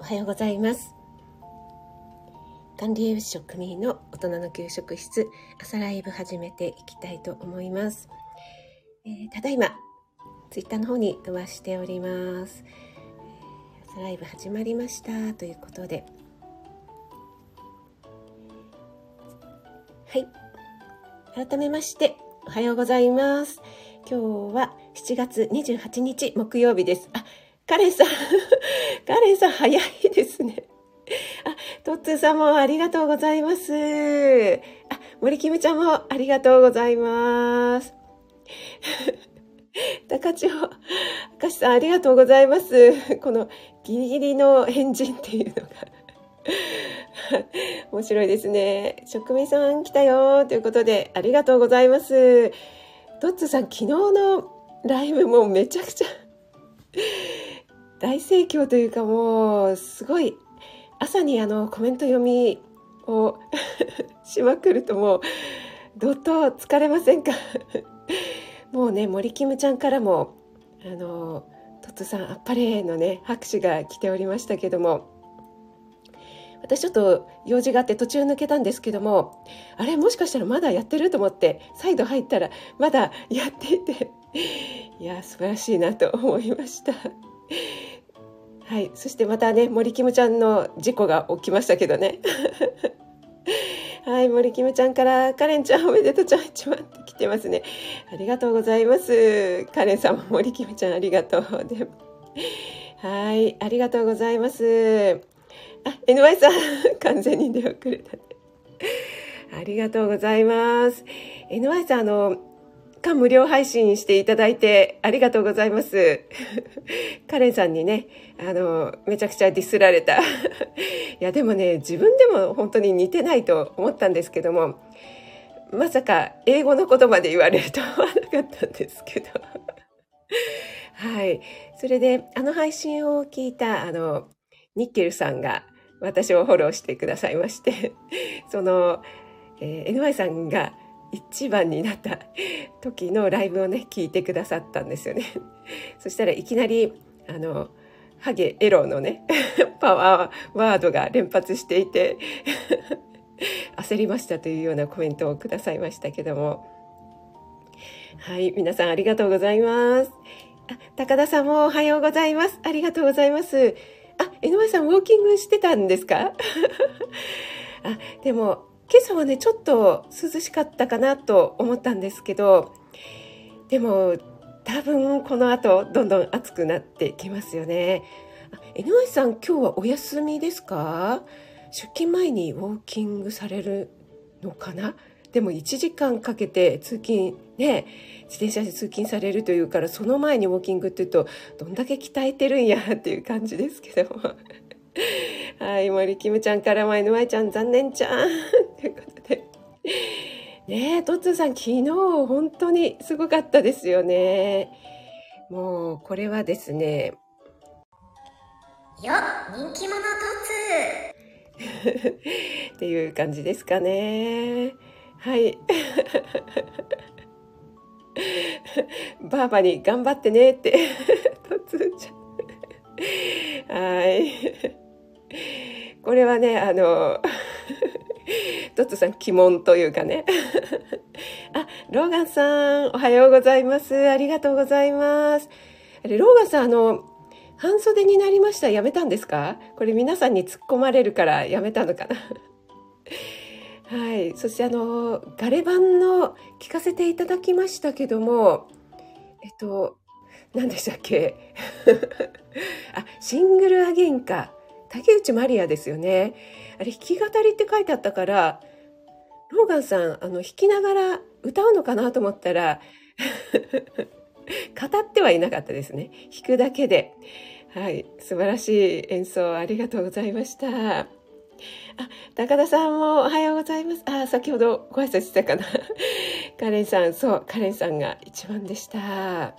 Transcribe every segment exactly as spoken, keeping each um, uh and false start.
はようございます。管理栄養士職人の大人の給食室、朝ライブ始めていきたいと思います。えー、ただいまツイッターの方に飛ばしております。朝ライブ始まりましたということで、はい、改めましておはようございます。今日はしちがつにじゅうはちにち木曜日です。あ、カレンさんカレンさん早いですね。あ、トッツーさんもありがとうございます。あ、森キムちゃんもありがとうございます。高千穂明石さんありがとうございます。このギリギリの返事っていうのが面白いですね。職味さん来たよということでありがとうございます。トッツーさん昨日のライブもめちゃくちゃ大盛況というか、もうすごい朝にあのコメント読みをしまくるともうどっと疲れませんか？もうね、森キムちゃんからもあのトッツーさんあっぱれのね拍手が来ておりましたけども、私ちょっと用事があって途中抜けたんですけども、あれもしかしたらまだやってると思って再度入ったらまだやっていて、いや素晴らしいなと思いました。はい、そしてまたね森キムちゃんの事故が起きましたけどねはい、森キムちゃんからカレンちゃんおめでとうちゃん一番って来てますね。ありがとうございます。カレンさんも森キムちゃんありがとうで、はい、ありがとうございます。あ、エヌワイ さん完全に出遅れたね。ありがとうございます。エヌワイ さんあの間無料配信していただいてありがとうございます。カレンさんにね、あのめちゃくちゃディスられた。いやでもね、自分でも本当に似てないと思ったんですけども、まさか英語の言葉で言われるとは思わなかったんですけど。はい、それであの配信を聞いたあのニッケルさんが私をフォローしてくださいまして、その、えー、エヌワイ さんが一番になった時のライブをね聞いてくださったんですよね。そしたらいきなりあのハゲエロのねパワーワードが連発していて焦りましたというようなコメントをくださいましたけども、はい、皆さんありがとうございます。あ、高田さんもおはようございます。ありがとうございます。あ、エヌワイ さんウォーキングしてたんですか？あ、でも今朝はねちょっと涼しかったかなと思ったんですけど、でも多分この後どんどん暑くなってきますよね。エヌワイ さん今日はお休みですか？出勤前にウォーキングされるのかな？でもいちじかんかけて通勤ね、自転車で通勤されるというから、その前にウォーキングっていうとどんだけ鍛えてるんやっていう感じですけどもはい、森キムちゃんからも エヌワイ ちゃん残念ちゃんということでねえ、トッツーさん昨日本当にすごかったですよね。もうこれはですね、 よ人気者トッツーっていう感じですかね。はいバーバに頑張ってねってトッツーちゃんはいこれはねあのトッツーさん鬼門というかねあ、ローガンさんおはようございます。ありがとうございます。あれローガンさんあの半袖になりました。やめたんですか？これ皆さんに突っ込まれるからやめたのかなはい、そしてあのガレ版の聞かせていただきましたけども、えっと何でしたっけあ、シングルアゲインか、竹内まりやですよね。あれ弾き語りって書いてあったから、ローガンさんあの弾きながら歌うのかなと思ったら語ってはいなかったですね。弾くだけで、はい、素晴らしい演奏ありがとうございました。あ、高田さんもおはようございます。あ、先ほどご挨拶したかなカレンさん、そうカレンさんが一番でした。はい、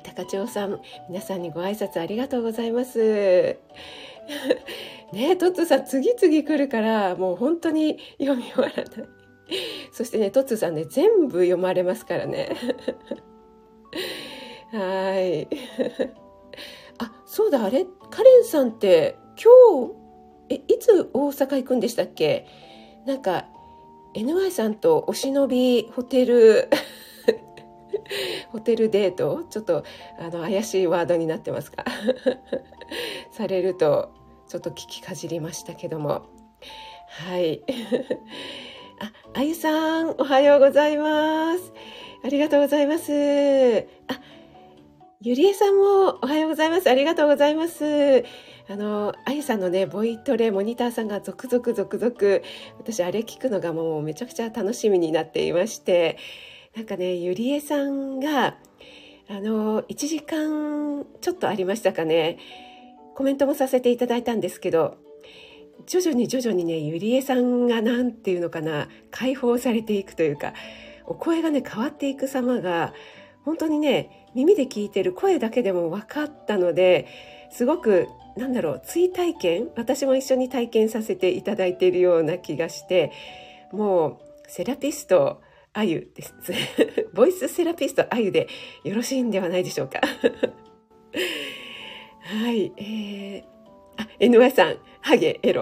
高千穂さん、皆さんにご挨拶ありがとうございますねえ、トッツーさん次々来るからもう本当に読み終わらない。そしてね、トッツーさんね全部読まれますからねはいあ、そうだ、あれカレンさんって今日えいつ大阪行くんでしたっけ？なんか エヌワイ さんとお忍びホテルホテルデート、ちょっとあの怪しいワードになってますかされるとちょっと聞きかじりましたけども、はいあ、あゆさんおはようございます。ありがとうございます。あ、ゆりえさんもおはようございます。ありがとうございます。あのあゆさんのねボイトレモニターさんが続々続々、私あれ聞くのがもうめちゃくちゃ楽しみになっていまして、なんかねゆりえさんがあのいちじかんちょっとありましたかね、コメントもさせていただいたんですけど、徐々に徐々にねゆりえさんがなんていうのかな、解放されていくというか、お声がね変わっていく様が本当にね耳で聞いてる声だけでも分かったので、すごくなんだろう、追体験、私も一緒に体験させていただいているような気がして、もうセラピストあゆですボイスセラピストあゆでよろしいんではないでしょうかはい、えー、あ エヌワイ さんハゲエロ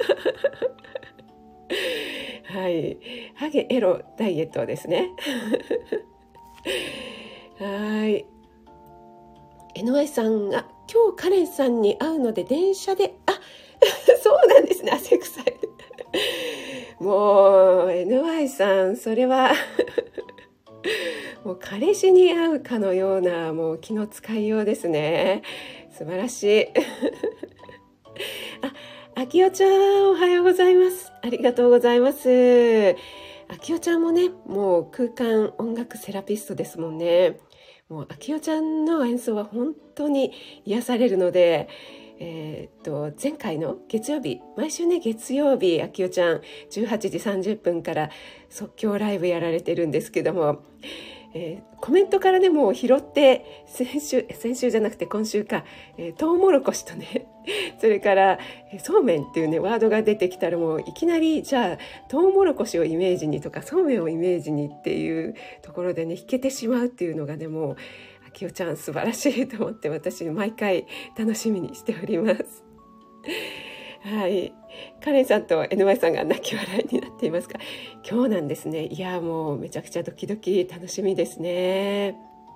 はいハゲエロダイエットですねはい エヌワイ さんが今日カレンさんに会うので電車で、あそうなんですね、汗臭いもう エヌワイ さんそれはもう彼氏に会うかのようなもう気の使いようですね。素晴らしいあ、あきおちゃんおはようございます。ありがとうございます。あきおちゃんもねもう空間音楽セラピストですもんね。もうあきおちゃんの演奏は本当に癒されるので、えー、っと前回の月曜日、毎週ね月曜日あきおちゃんじゅうはちじさんじゅっぷんから即興ライブやられてるんですけども、えー、コメントからねもう拾って先週先週じゃなくて今週か、えー、トウモロコシとねそれから、えー、そうめんっていうねワードが出てきたらもういきなりじゃあトウモロコシをイメージにとかそうめんをイメージにっていうところでね弾けてしまうっていうのがねもうあきおちゃん素晴らしいと思って、私毎回楽しみにしておりますはい、カレンさんと エヌワイ さんが泣き笑いになっていますが、今日なんですね。いやもうめちゃくちゃドキドキ楽しみですね。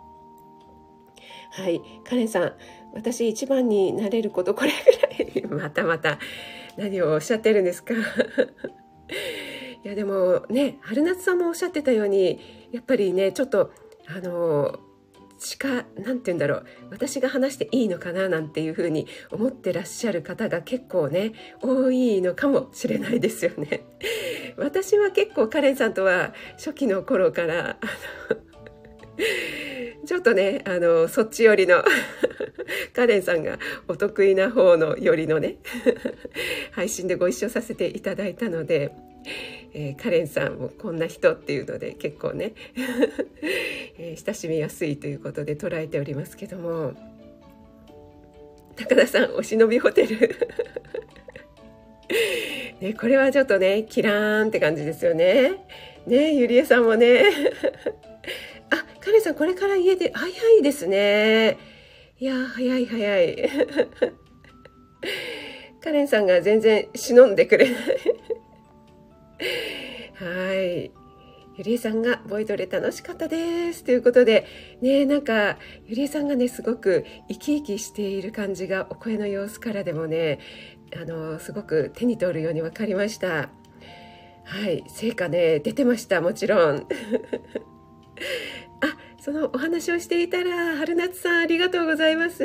はい、カレンさん、私一番になれることこれぐらいまたまた何をおっしゃってるんですかいやでもね、春夏さんもおっしゃってたように、やっぱりねちょっとあのしかなんて言うんだろう、私が話していいのかななんていうふうに思ってらっしゃる方が結構ね多いのかもしれないですよね。私は結構カレンさんとは初期の頃からあのちょっとねあのそっち寄りのカレンさんがお得意な方の寄りのね配信でご一緒させていただいたので、えー、カレンさんもこんな人っていうので結構ね、えー、親しみやすいということで捉えておりますけども、高田さんお忍びホテルね、これはちょっとねキラーンって感じですよね。ね、ゆりえさんもねあ、カレンさんこれから家で早いですね。いや早い早いカレンさんが全然忍んでくれないはい、ゆりえさんがボイトレ楽しかったですということでね、なんかゆりえさんがねすごく生き生きしている感じがお声の様子からでもねあのすごく手に取るように分かりました。はい、成果ね出てました、もちろんあ、そのお話をしていたら春夏さんありがとうございます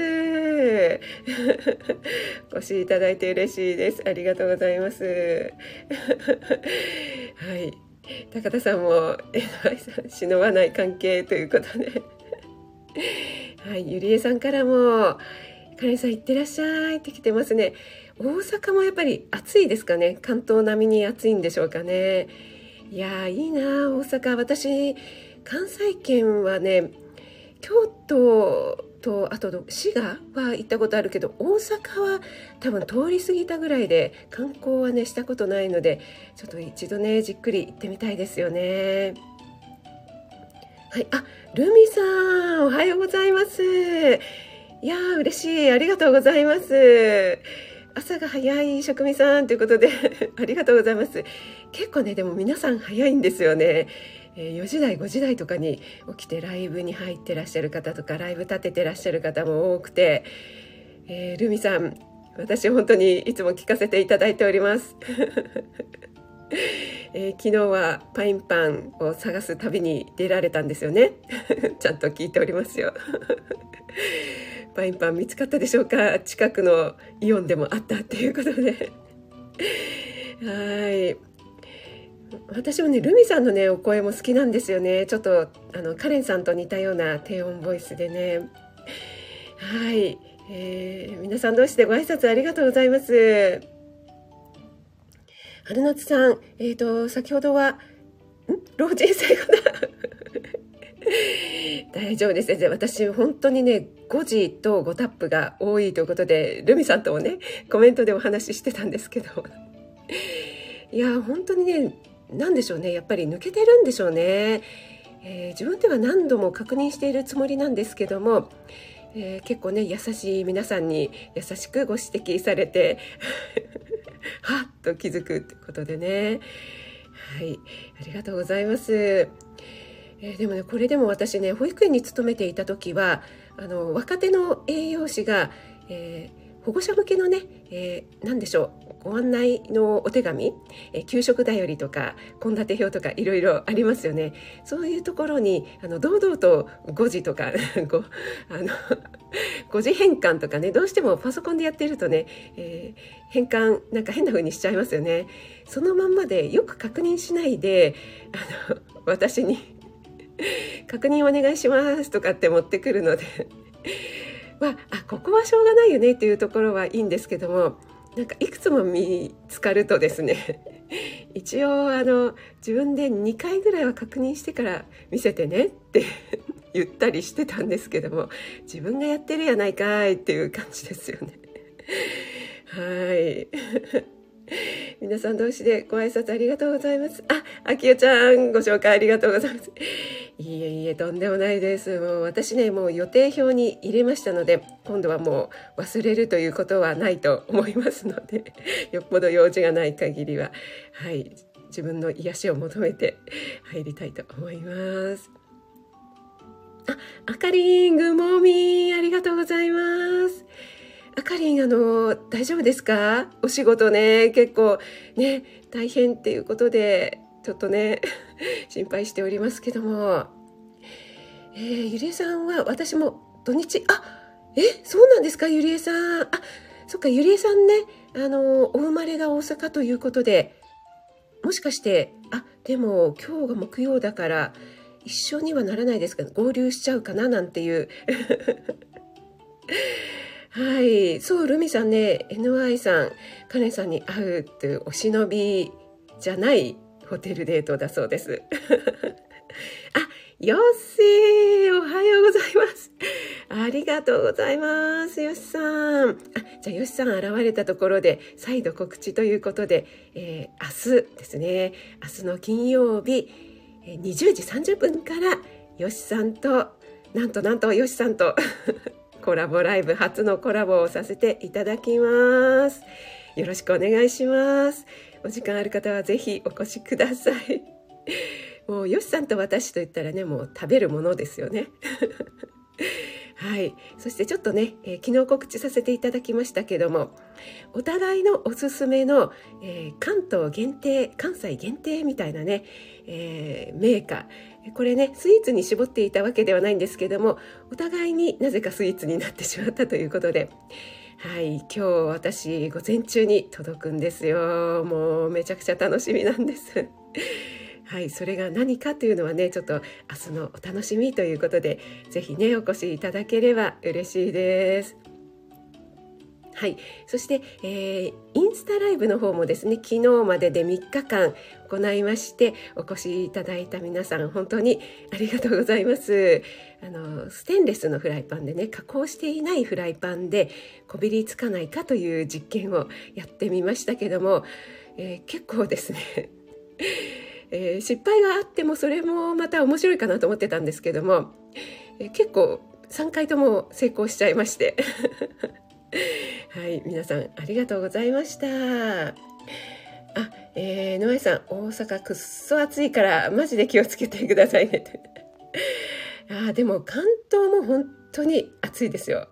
お越しいただいて嬉しいです。ありがとうございますはい、高田さんも忍ばない関係ということではい、ゆりえさんからもカレンさんいってらっしゃいって来てますね。大阪もやっぱり暑いですかね。関東並みに暑いんでしょうかね。いやいいな大阪。私関西圏はね京都とあと滋賀は行ったことあるけど、大阪は多分通り過ぎたぐらいで観光はねしたことないので、ちょっと一度ねじっくり行ってみたいですよね。はい、あ、ルミさんおはようございます。 いやー嬉しい、ありがとうございます。朝が早い職味さんということでありがとうございます。結構ねでも皆さん早いんですよね。えー、よじ台ごじ台とかに起きてライブに入ってらっしゃる方とかライブ立ててらっしゃる方も多くて、えー、ルミさん私本当にいつも聞かせていただいておりますえー、昨日はパインパンを探す旅に出られたんですよねちゃんと聞いておりますよパインパン見つかったでしょうか。近くのイオンでもあったっていうことではい、私もねルミさんのねお声も好きなんですよね。ちょっとあのカレンさんと似たような低音ボイスでね。はい、えー、皆さん同士でご挨拶ありがとうございます。春夏さん、えーと先ほどはん老人性かな大丈夫ですね。私本当にねごじとごタップが多いということでルミさんともねコメントでお話ししてたんですけどいや本当にねなんでしょうね、やっぱり抜けてるんでしょうね。えー、自分では何度も確認しているつもりなんですけども、えー、結構ね優しい皆さんに優しくご指摘されてはっと気づくということでね、はい、ありがとうございます。えー、でもねこれでも私ね保育園に勤めていた時はあの若手の栄養士が、えー保護者向けのね、えー、何でしょうご案内のお手紙、えー、給食だよりとか献立表とかいろいろありますよね。そういうところにあの堂々とごじとかごあのごじ変換とかねどうしてもパソコンでやっているとね、えー、変換なんか変な風にしちゃいますよね。そのまんまでよく確認しないであの私に確認お願いしますとかって持ってくるのでまあ、あここはしょうがないよねっていうところはいいんですけども、なんかいくつも見つかるとですね一応あの自分でにかいぐらいは確認してから見せてねって言ったりしてたんですけども、自分がやってるやないかいっていう感じですよねはい皆さん同士でご挨拶ありがとうございます。あ、あきよちゃんご紹介ありがとうございます。いえいえとんでもないです。もう私ねもう予定表に入れましたので今度はもう忘れるということはないと思いますのでよっぽど用事がない限りははい自分の癒しを求めて入りたいと思います。あ、あかりんグモーミーありがとうございます。あかりんあの大丈夫ですか。お仕事ね結構ね大変っていうことでちょっとね心配しておりますけども、えー、ゆりえさんは私も土日あえそうなんですか。ゆりえさんあそっかゆりえさんねあのお生まれが大阪ということでもしかしてあでも今日が木曜だから一緒にはならないですか、合流しちゃうかななんていうはい、そうルミさんね エヌワイ さんカレンさんに会うっていうお忍びじゃないホテルデートだそうですあ、よっしーおはようございますありがとうございますよしさん。あじゃあよしさん現れたところで再度告知ということで、えー、明日ですね明日の金曜日にじゅうじさんじゅっぷんからよしさんとなんとなんとよしさんとコラボライブ初のコラボをさせていただきます。よろしくお願いします。お時間ある方はぜひお越しください。もうよしさんと私といったらねもう食べるものですよねはい、そしてちょっとね、えー、昨日告知させていただきましたけどもお互いのおすすめの、えー、関東限定関西限定みたいなね、えー、メーカーこれねスイーツに絞っていたわけではないんですけどもお互いになぜかスイーツになってしまったということではい今日私午前中に届くんですよ。もうめちゃくちゃ楽しみなんですはいそれが何かというのはねちょっと明日のお楽しみということでぜひねお越しいただければ嬉しいです。はい、そして、えー、インスタライブの方もですね昨日まででみっかかん行いましてお越しいただいた皆さん本当にありがとうございます。あのステンレスのフライパンでね加工していないフライパンでこびりつかないかという実験をやってみましたけども、えー、結構ですねえー、失敗があってもそれもまた面白いかなと思ってたんですけども、えー、結構さんかいとも成功しちゃいましてはい、皆さんありがとうございました。あ、えー、野江さん、大阪くっそ暑いからマジで気をつけてくださいねあ、でも関東も本当に暑いですよ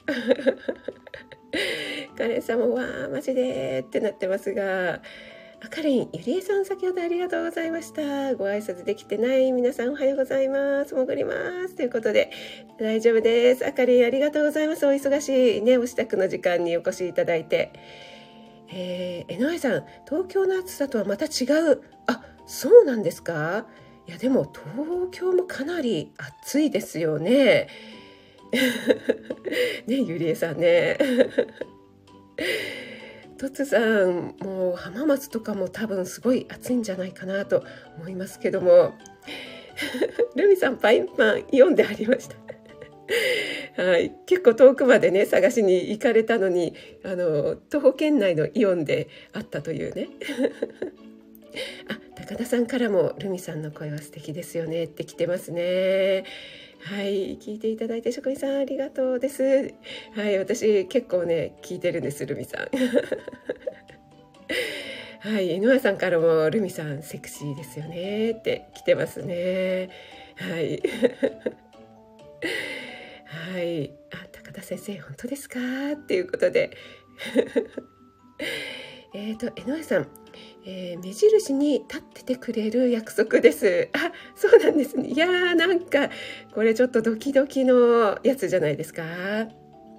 カレンさんもわーマジでってなってますが、あかりん、ゆりえさん、先ほどありがとうございました。ご挨拶できてない皆さんおはようございます。潜りますということで大丈夫です。あかりん、ありがとうございます。お忙しいねお支度の時間にお越しいただいて、えー、江上さん、東京の暑さとはまた違う。あ、そうなんですか。いやでも東京もかなり暑いですよねね、ゆりえさんねとつさん、もう浜松とかも多分すごい暑いんじゃないかなと思いますけどもルミさん、パインパンイオンでありましたはい、結構遠くまでね探しに行かれたのに、あの徒歩圏内のイオンであったというねあ、高田さんからもルミさんの声は素敵ですよねって来てますね。はい、聞いていただいて職員さんありがとうです。はい、私結構ね聞いてるんです、ルミさんはい、井上さんからもルミさんセクシーですよねって来てますね。はいはい、あ、高田先生本当ですかっていうことでえっと江上さん、えー、目印に立っててくれる約束です。あ、そうなんですね。いやー、なんかこれちょっとドキドキのやつじゃないですか。あ、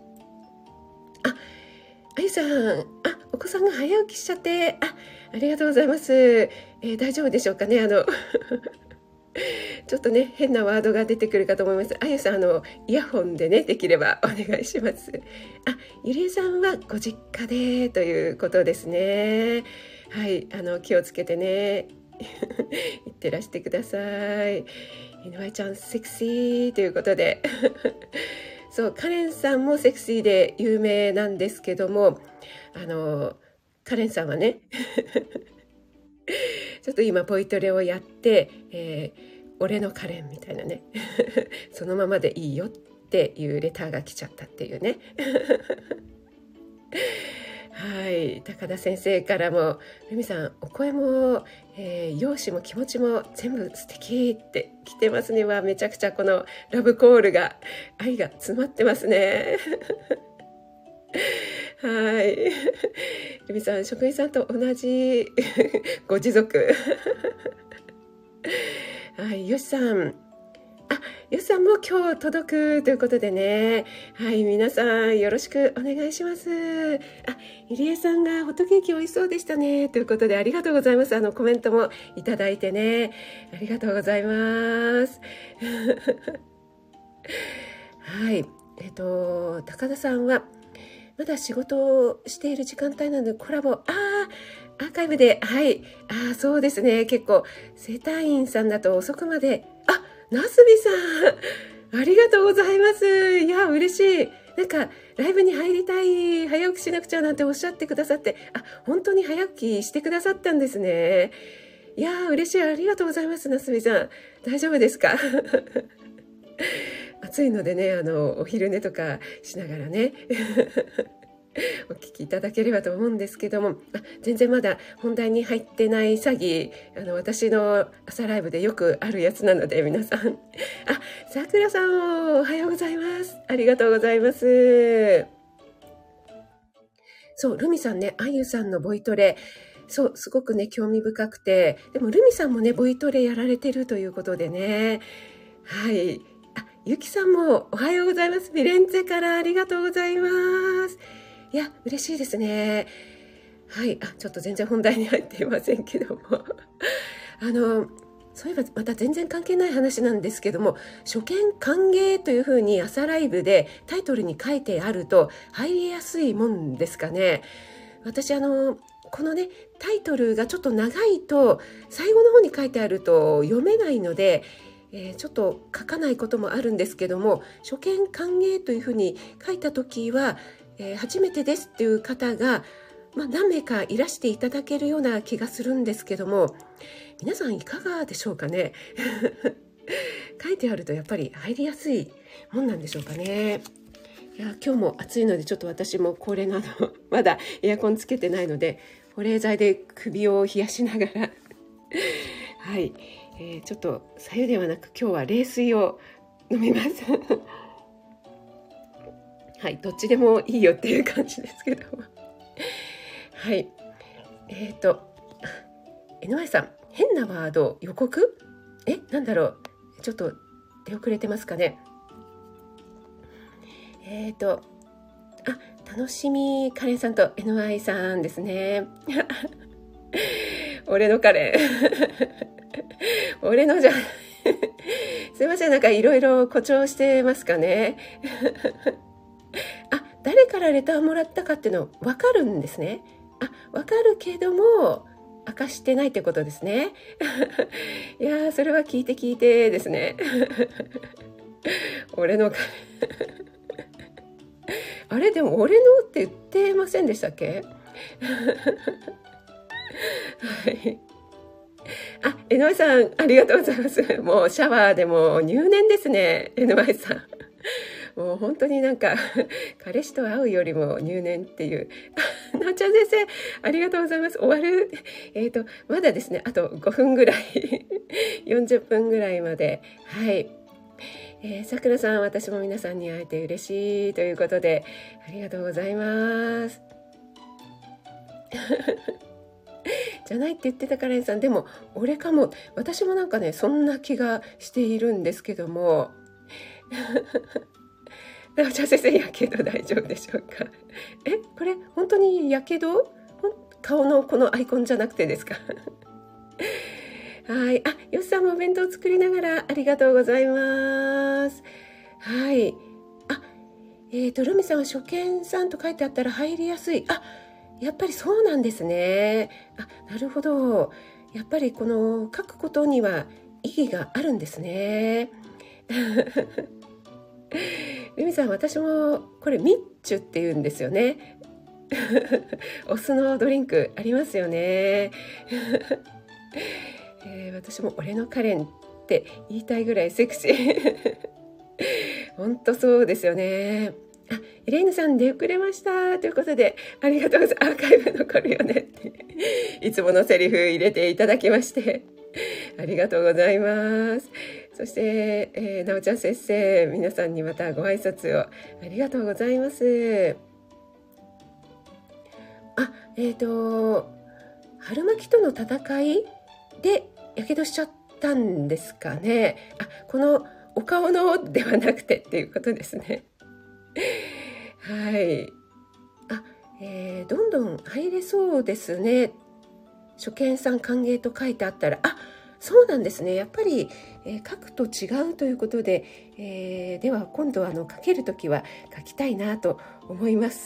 あゆさん、あ、お子さんが早起きしちゃって、あ、ありがとうございます。えー、大丈夫でしょうかね。あのちょっとね変なワードが出てくるかと思います。あゆさん、あのイヤホンでねできればお願いします。あ、ゆりえさんはご実家でということですね。はい、あの気をつけてねいってらしてください。井上ちゃんセクシーということでそうカレンさんもセクシーで有名なんですけども、あのカレンさんはねちょっと今ポイトレをやって、えー、俺のカレンみたいなねそのままでいいよっていうレターが来ちゃったっていうねはい、高田先生からもルミさんお声も、えー、容姿も気持ちも全部素敵って来てますね。はめちゃくちゃこのラブコールが愛が詰まってますねはい、ルミさん職員さんと同じご持続はい、よしさん、あ、よしさんも今日届くということでね、はい、皆さんよろしくお願いします。あ、ゆりえさんがホットケーキ美味しそうでしたねということでありがとうございます。あのコメントもいただいてね、ありがとうございますはい、えっと高田さんはまだ仕事をしている時間帯なのでコラボ、あーアーカイブで、はい、あーそうですね、結構整体院さんだと遅くまで、あ、なすびさんありがとうございます。いや嬉しい。なんかライブに入りたい、早起きしなくちゃなんておっしゃってくださって、あ、本当に早起きしてくださったんですね。いや嬉しい、ありがとうございます。なすびさん大丈夫ですか暑いのでね、あのお昼寝とかしながらねお聞きいただければと思うんですけども、あ、全然まだ本題に入ってない詐欺、あの私の朝ライブでよくあるやつなので皆さん、あ、さくらさんおはようございます。ありがとうございます。そう、ルミさんね、あゆさんのボイトレ、そう、すごくね興味深くて、でもルミさんもねボイトレやられてるということでね、はい、あ、ゆきさんもおはようございます。フィレンツェからありがとうございます。いや嬉しいですね。はい、あ、ちょっと全然本題に入っていませんけどもあのそういえばまた全然関係ない話なんですけども、初見歓迎というふうに朝ライブでタイトルに書いてあると入りやすいもんですかね。私あのこのねタイトルがちょっと長いと最後の方に書いてあると読めないので、えー、ちょっと書かないこともあるんですけども、初見歓迎というふうに書いた時は、えー、初めてですっていう方が、まあ、何名かいらしていただけるような気がするんですけども、皆さんいかがでしょうかね書いてあるとやっぱり入りやすいもんなんでしょうかね。いや今日も暑いのでちょっと私も恒例なのまだエアコンつけてないので保冷剤で首を冷やしながらはい、えー、ちょっと白湯ではなく今日は冷水を飲みますはい、どっちでもいいよっていう感じですけどもはいえっ、ー、と エヌワイ さん、変なワード予告、えなんだろう、ちょっと出遅れてますかね。えっ、ー、とあ楽しみカレンさんと エヌワイ さんですね俺のカレン俺のじゃすいません、なんかいろいろ誇張してますかねあ誰からレターもらったかっていうの分かるんですね。あ分かるけども明かしてないってことですねいやーそれは聞いて聞いてですね俺のカレンあれでも俺のって言ってませんでしたっけはい、あ エヌワイ さんありがとうございます。もうシャワーでも入念ですね エヌワイ さんもう本当になんか彼氏と会うよりも入念っていうなおちゃん先生ありがとうございます。終わるえーとまだですねあとごふんぐらいよんじゅっぷんぐらいまではいえー、さくらさん私も皆さんに会えて嬉しいということでありがとうございますじゃないって言ってたカレンさんでも俺かも私もなんかねそんな気がしているんですけどもなおちゃん先生やけど大丈夫でしょうか。えこれ本当にやけど顔のこのアイコンじゃなくてですかはい、あ、よしさんもお弁当作りながらありがとうございます。はい、あ、えーとルミさんは初見さんと書いてあったら入りやすい。あ、やっぱりそうなんですね。あ、なるほど。やっぱりこの書くことには意義があるんですね。ルミさん、私もこれミッチュって言うんですよね。お酢のドリンクありますよね。えー、私も俺のカレンって言いたいぐらいセクシー本当そうですよね。あ、エレーヌさん出遅れましたということでありがとうございます。アーカイブ残るよねっていつものセリフ入れていただきましてありがとうございます。そして、えー、なおちゃん先生皆さんにまたご挨拶をありがとうございます。あ、えっと春巻きとの戦いでやけどしちゃったんですかね。あ、このお顔のではなくてっていうことですね。はい。あ、えー、どんどん入れそうですね。初見さん歓迎と書いてあったら、あ、そうなんですね。やっぱり、えー、書くと違うということで、えー、では今度あの書けるときは書きたいなと思います。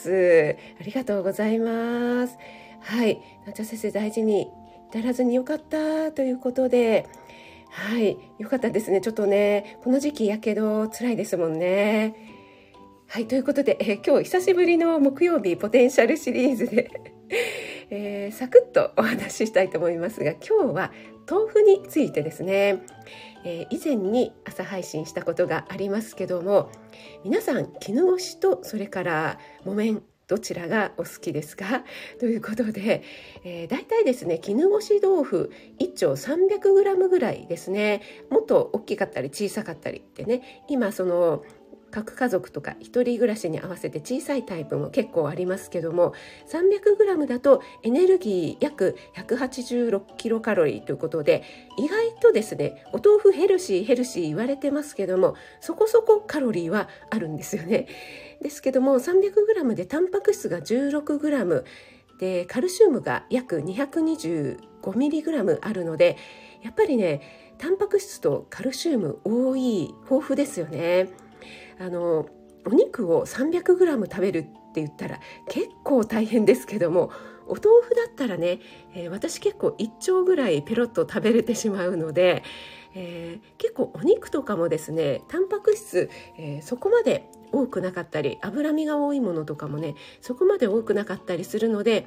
ありがとうございます。はい。なちゃ先生大事に至らずによかったということで、はい、よかったですね。ちょっとね、この時期やけど辛いですもんね。はい、ということで、えー、今日久しぶりの木曜日ポテンシャルシリーズで、えー、サクッとお話ししたいと思いますが、今日は豆腐についてですね、えー、以前に朝配信したことがありますけども、皆さん絹ごしとそれから木綿どちらがお好きですかということで、えー、だいたいですね絹ごし豆腐いっ丁さんびゃくグラムぐらいですね。もっと大きかったり小さかったりってね、今その各家族とか一人暮らしに合わせて小さいタイプも結構ありますけども、 さんびゃくグラム だとエネルギー約ひゃくはちじゅうろくキロカロリーということで、意外とですねお豆腐ヘルシーヘルシー言われてますけども、そこそこカロリーはあるんですよね。ですけども さんびゃくグラム でタンパク質が じゅうろくグラム でカルシウムが約 にひゃくにじゅうごミリグラム あるので、やっぱりねタンパク質とカルシウム多い豊富ですよね。あのお肉を さんびゃくグラム 食べるって言ったら結構大変ですけども、お豆腐だったらね、えー、私結構いっ丁ぐらいペロッと食べれてしまうので、えー、結構お肉とかもですねタンパク質、えー、そこまで多くなかったり、脂身が多いものとかもねそこまで多くなかったりするので、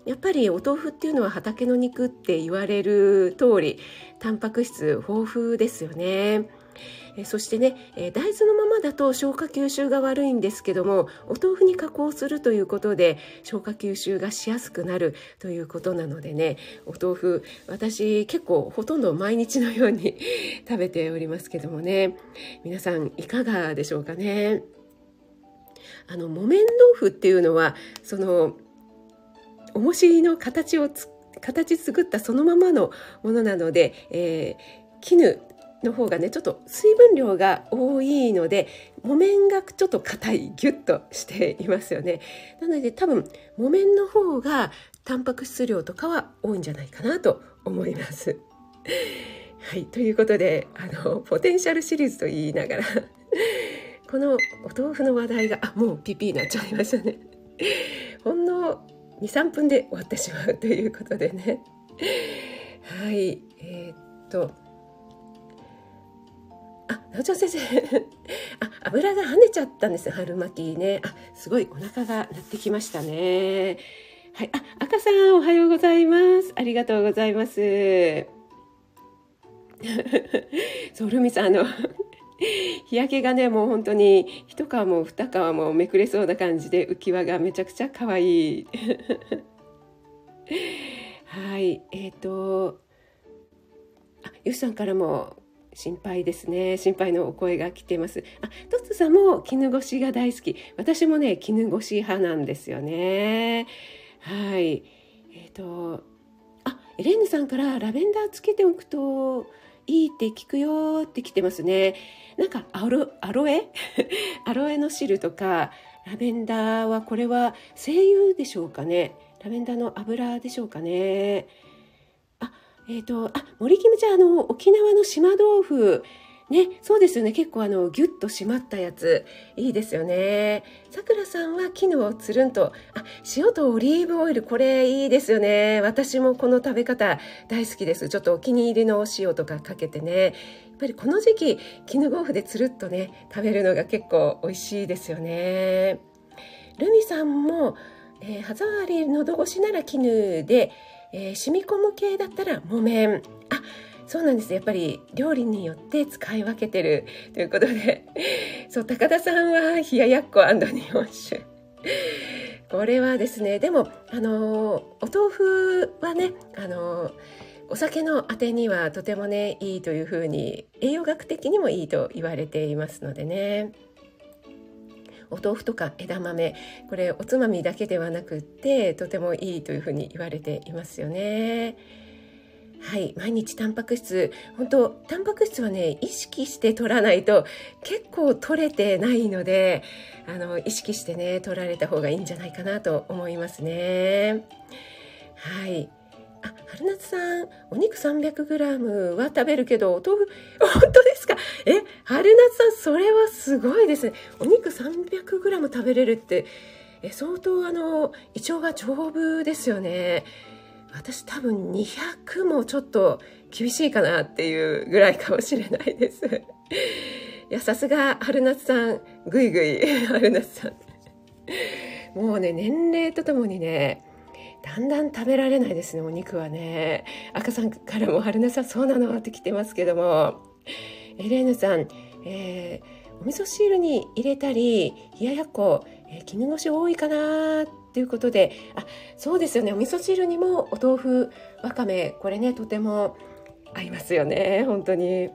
やっぱりお豆腐っていうのは畑の肉って言われる通り、タンパク質豊富ですよね。えそしてね、え大豆のままだと消化吸収が悪いんですけども、お豆腐に加工するということで消化吸収がしやすくなるということなのでね、お豆腐私結構ほとんど毎日のように食べておりますけどもね、皆さんいかがでしょうかね。あの木綿豆腐っていうのはその重しの形をつ形作ったそのままのものなので、えー、絹の方がねちょっと水分量が多いので、木綿がちょっと硬いギュッとしていますよね。なので多分木綿の方がタンパク質量とかは多いんじゃないかなと思います。はい、ということであのポテンシャルシリーズと言いながらこのお豆腐の話題があもうピピになっちゃいましたね。ほんの にさんぷんで終わってしまうということでね。はい、えー、っとあ、なおちゃん先生あ、油が跳ねちゃったんです。春巻きね。あ、すごいお腹が鳴ってきましたね。はい、あ、赤さんおはようございます。ありがとうございます。そう、ルミさんあの日焼けがねもう本当に一皮も二皮もめくれそうな感じで浮き輪がめちゃくちゃ可愛いはいえっ、ー、とあゆうさんからも心配ですね。心配のお声が来てます。あ、トッツさんも絹ごしが大好き。私もね絹ごし派なんですよね。はいえっ、ー、とあエレーヌさんからラベンダーつけておくといいって聞くよって来てますね。なんかアロ、アロエアロエの汁とかラベンダーはこれは精油でしょうかね。ラベンダーの油でしょうかね。あ、えっと、あ、森キムちゃんあの沖縄の島豆腐ね、そうですよね。結構あのギュッと締まったやついいですよね。さくらさんは絹をつるんと、あ、塩とオリーブオイルこれいいですよね。私もこの食べ方大好きです。ちょっとお気に入りのお塩とかかけてね。やっぱりこの時期絹豆腐でつるっとね食べるのが結構美味しいですよね。ルミさんも、えー、歯触りのど越しなら絹で、えー、染み込む系だったら木綿。あ、そうなんです。やっぱり料理によって使い分けてるということで、そう高田さんは冷ややっこ&日本酒。これはですね、でもあのお豆腐はね、あのお酒のあてにはとてもねいいというふうに栄養学的にもいいと言われていますのでね。お豆腐とか枝豆、これおつまみだけではなくってとてもいいというふうに言われていますよね。はい、毎日タンパク質、本当タンパク質はね意識して取らないと結構取れてないので、あの意識してね取られた方がいいんじゃないかなと思いますね。はい。あ、春夏さんお肉 さんびゃくグラム は食べるけどお豆腐本当ですか？え、春夏さんそれはすごいですね。お肉 さんびゃくグラム 食べれるってえ相当あの胃腸が丈夫ですよね。私多分にひゃくもちょっと厳しいかなっていうぐらいかもしれないです。いやさすが春夏さんぐいぐい春夏さんもうね年齢とともにねだんだん食べられないですね、お肉はね。赤さんからも春菜さんそうなのって来てますけども、エレーヌさん、えー、お味噌汁に入れたり冷ややっこ、えー、絹ごし多いかなということで、あ、そうですよね。お味噌汁にもお豆腐わかめこれねとても合いますよね、本当に。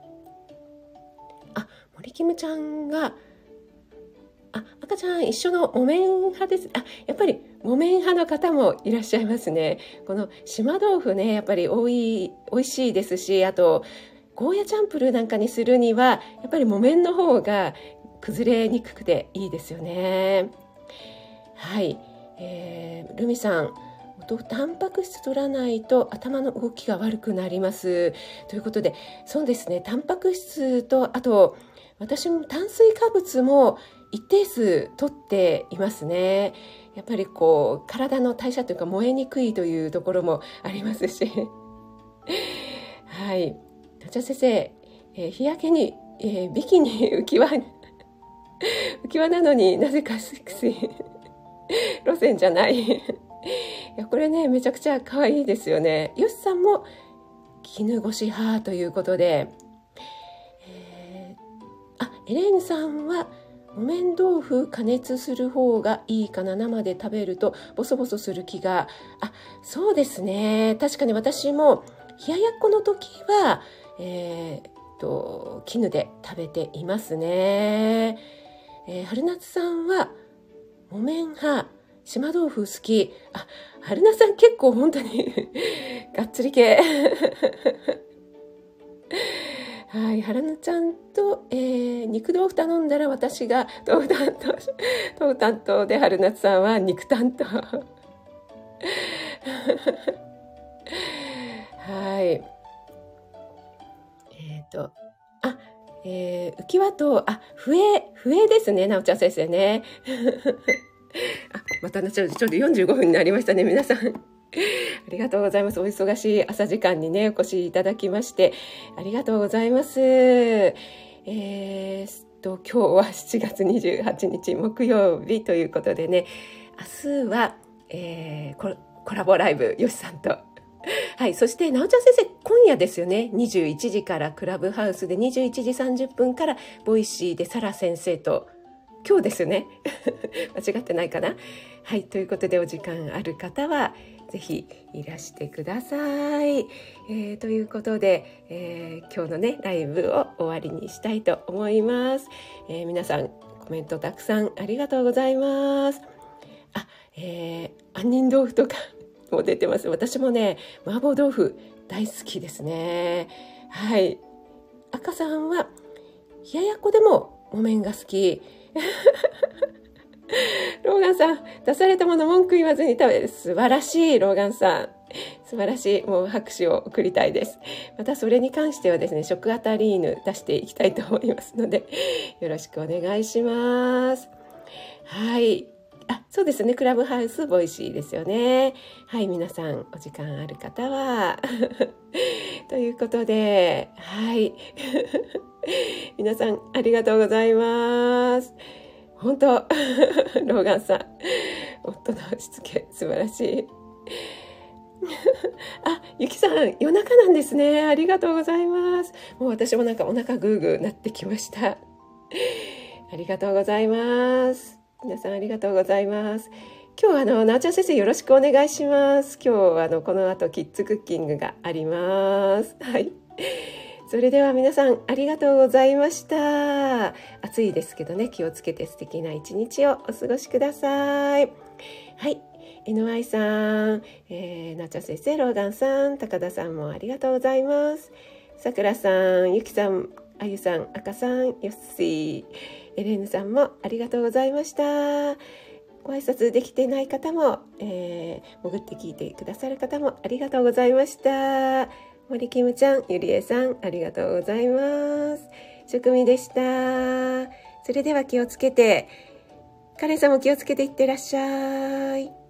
あ、森キムちゃんがあ、赤ちゃん一緒の木綿派です。あ、やっぱり木綿派の方もいらっしゃいますね。この島豆腐ね、やっぱり多い美味しいですし、あとゴーヤチャンプルーなんかにするにはやっぱり木綿の方が崩れにくくていいですよね。はい、えー、ルミさん、タンパク質取らないと頭の動きが悪くなりますということで、そうですね、タンパク質とあと私も炭水化物も一定数取っていますね。やっぱりこう体の代謝というか燃えにくいというところもありますしはい、じゃあ先生、えー、日焼けに、えー、ビキニ浮き輪浮き輪なのになぜかセクシー路線じゃないいやこれねめちゃくちゃ可愛いですよね。よしさんも絹ごし派ということで、えー、あエレーヌさんは木綿豆腐加熱する方がいいかな、生で食べるとボソボソする気が。あ、そうですね、確かに私も冷ややっこの時は、えー、と絹で食べていますね。えー、春夏さんは木綿派、島豆腐好き。あ、春夏さん結構本当にがっつり系はい、春菜ちゃんと、えー、肉豆腐頼んだら私が豆腐担当豆腐担当で、春夏さんは肉担当はい、えっ、ー、とあ、えー、浮き輪とあ笛笛ですね、なおちゃん先生ねあ、またちょっとよんじゅうごふんになりましたね、皆さんありがとうございます。お忙しい朝時間にねお越しいただきましてありがとうございます。えー、と今日はしちがつにじゅうはちにち木曜日ということでね、明日は、えー、コ, コラボライブよしさんとはい、そしてなおちゃん先生今夜ですよね、にじゅういちじからクラブハウスでにじゅういちじさんじゅっぷんからボイシーでサラ先生と今日ですよね間違ってないかな。はい、ということでお時間ある方はぜひいらしてください、えー、ということで、えー、今日のねライブを終わりにしたいと思います、えー、皆さんコメントたくさんありがとうございます。あ、えー、杏仁豆腐とかも出てます。私もね麻婆豆腐大好きですね。はい、赤さんは冷ややっこでも木綿が好きローガンさん、出されたもの文句言わずに食べる。素晴らしい、ローガンさん。素晴らしい。もう拍手を送りたいです。またそれに関してはですね、食あたり犬出していきたいと思いますので、よろしくお願いします。はい。あ、そうですね。クラブハウスボイシーですよね。はい。皆さん、お時間ある方は。ということで、はい。皆さん、ありがとうございます。本当ローガンさん、夫のしつけ素晴らしいあ、ゆきさん夜中なんですね。ありがとうございます。もう私もなんかお腹グーグーなってきましたありがとうございます。皆さんありがとうございます。今日はあのなおちゃん先生よろしくお願いします。今日はあのこの後キッズクッキングがあります。はい、それでは皆さんありがとうございました。暑いですけどね、気をつけて素敵な一日をお過ごしください。はい、エヌワイ さん、えー、なちゃ先生、ローガンさん、高田さんもありがとうございます。さくらさん、ゆきさん、あゆさん、あかさん、よっしー、エレーヌさんもありがとうございました。ご挨拶できてない方も、えー、潜って聞いてくださる方もありがとうございました。森キムちゃん、ゆりえさん、ありがとうございます。しゅくみでした。それでは気をつけて、カレンさんも気をつけていってらっしゃい。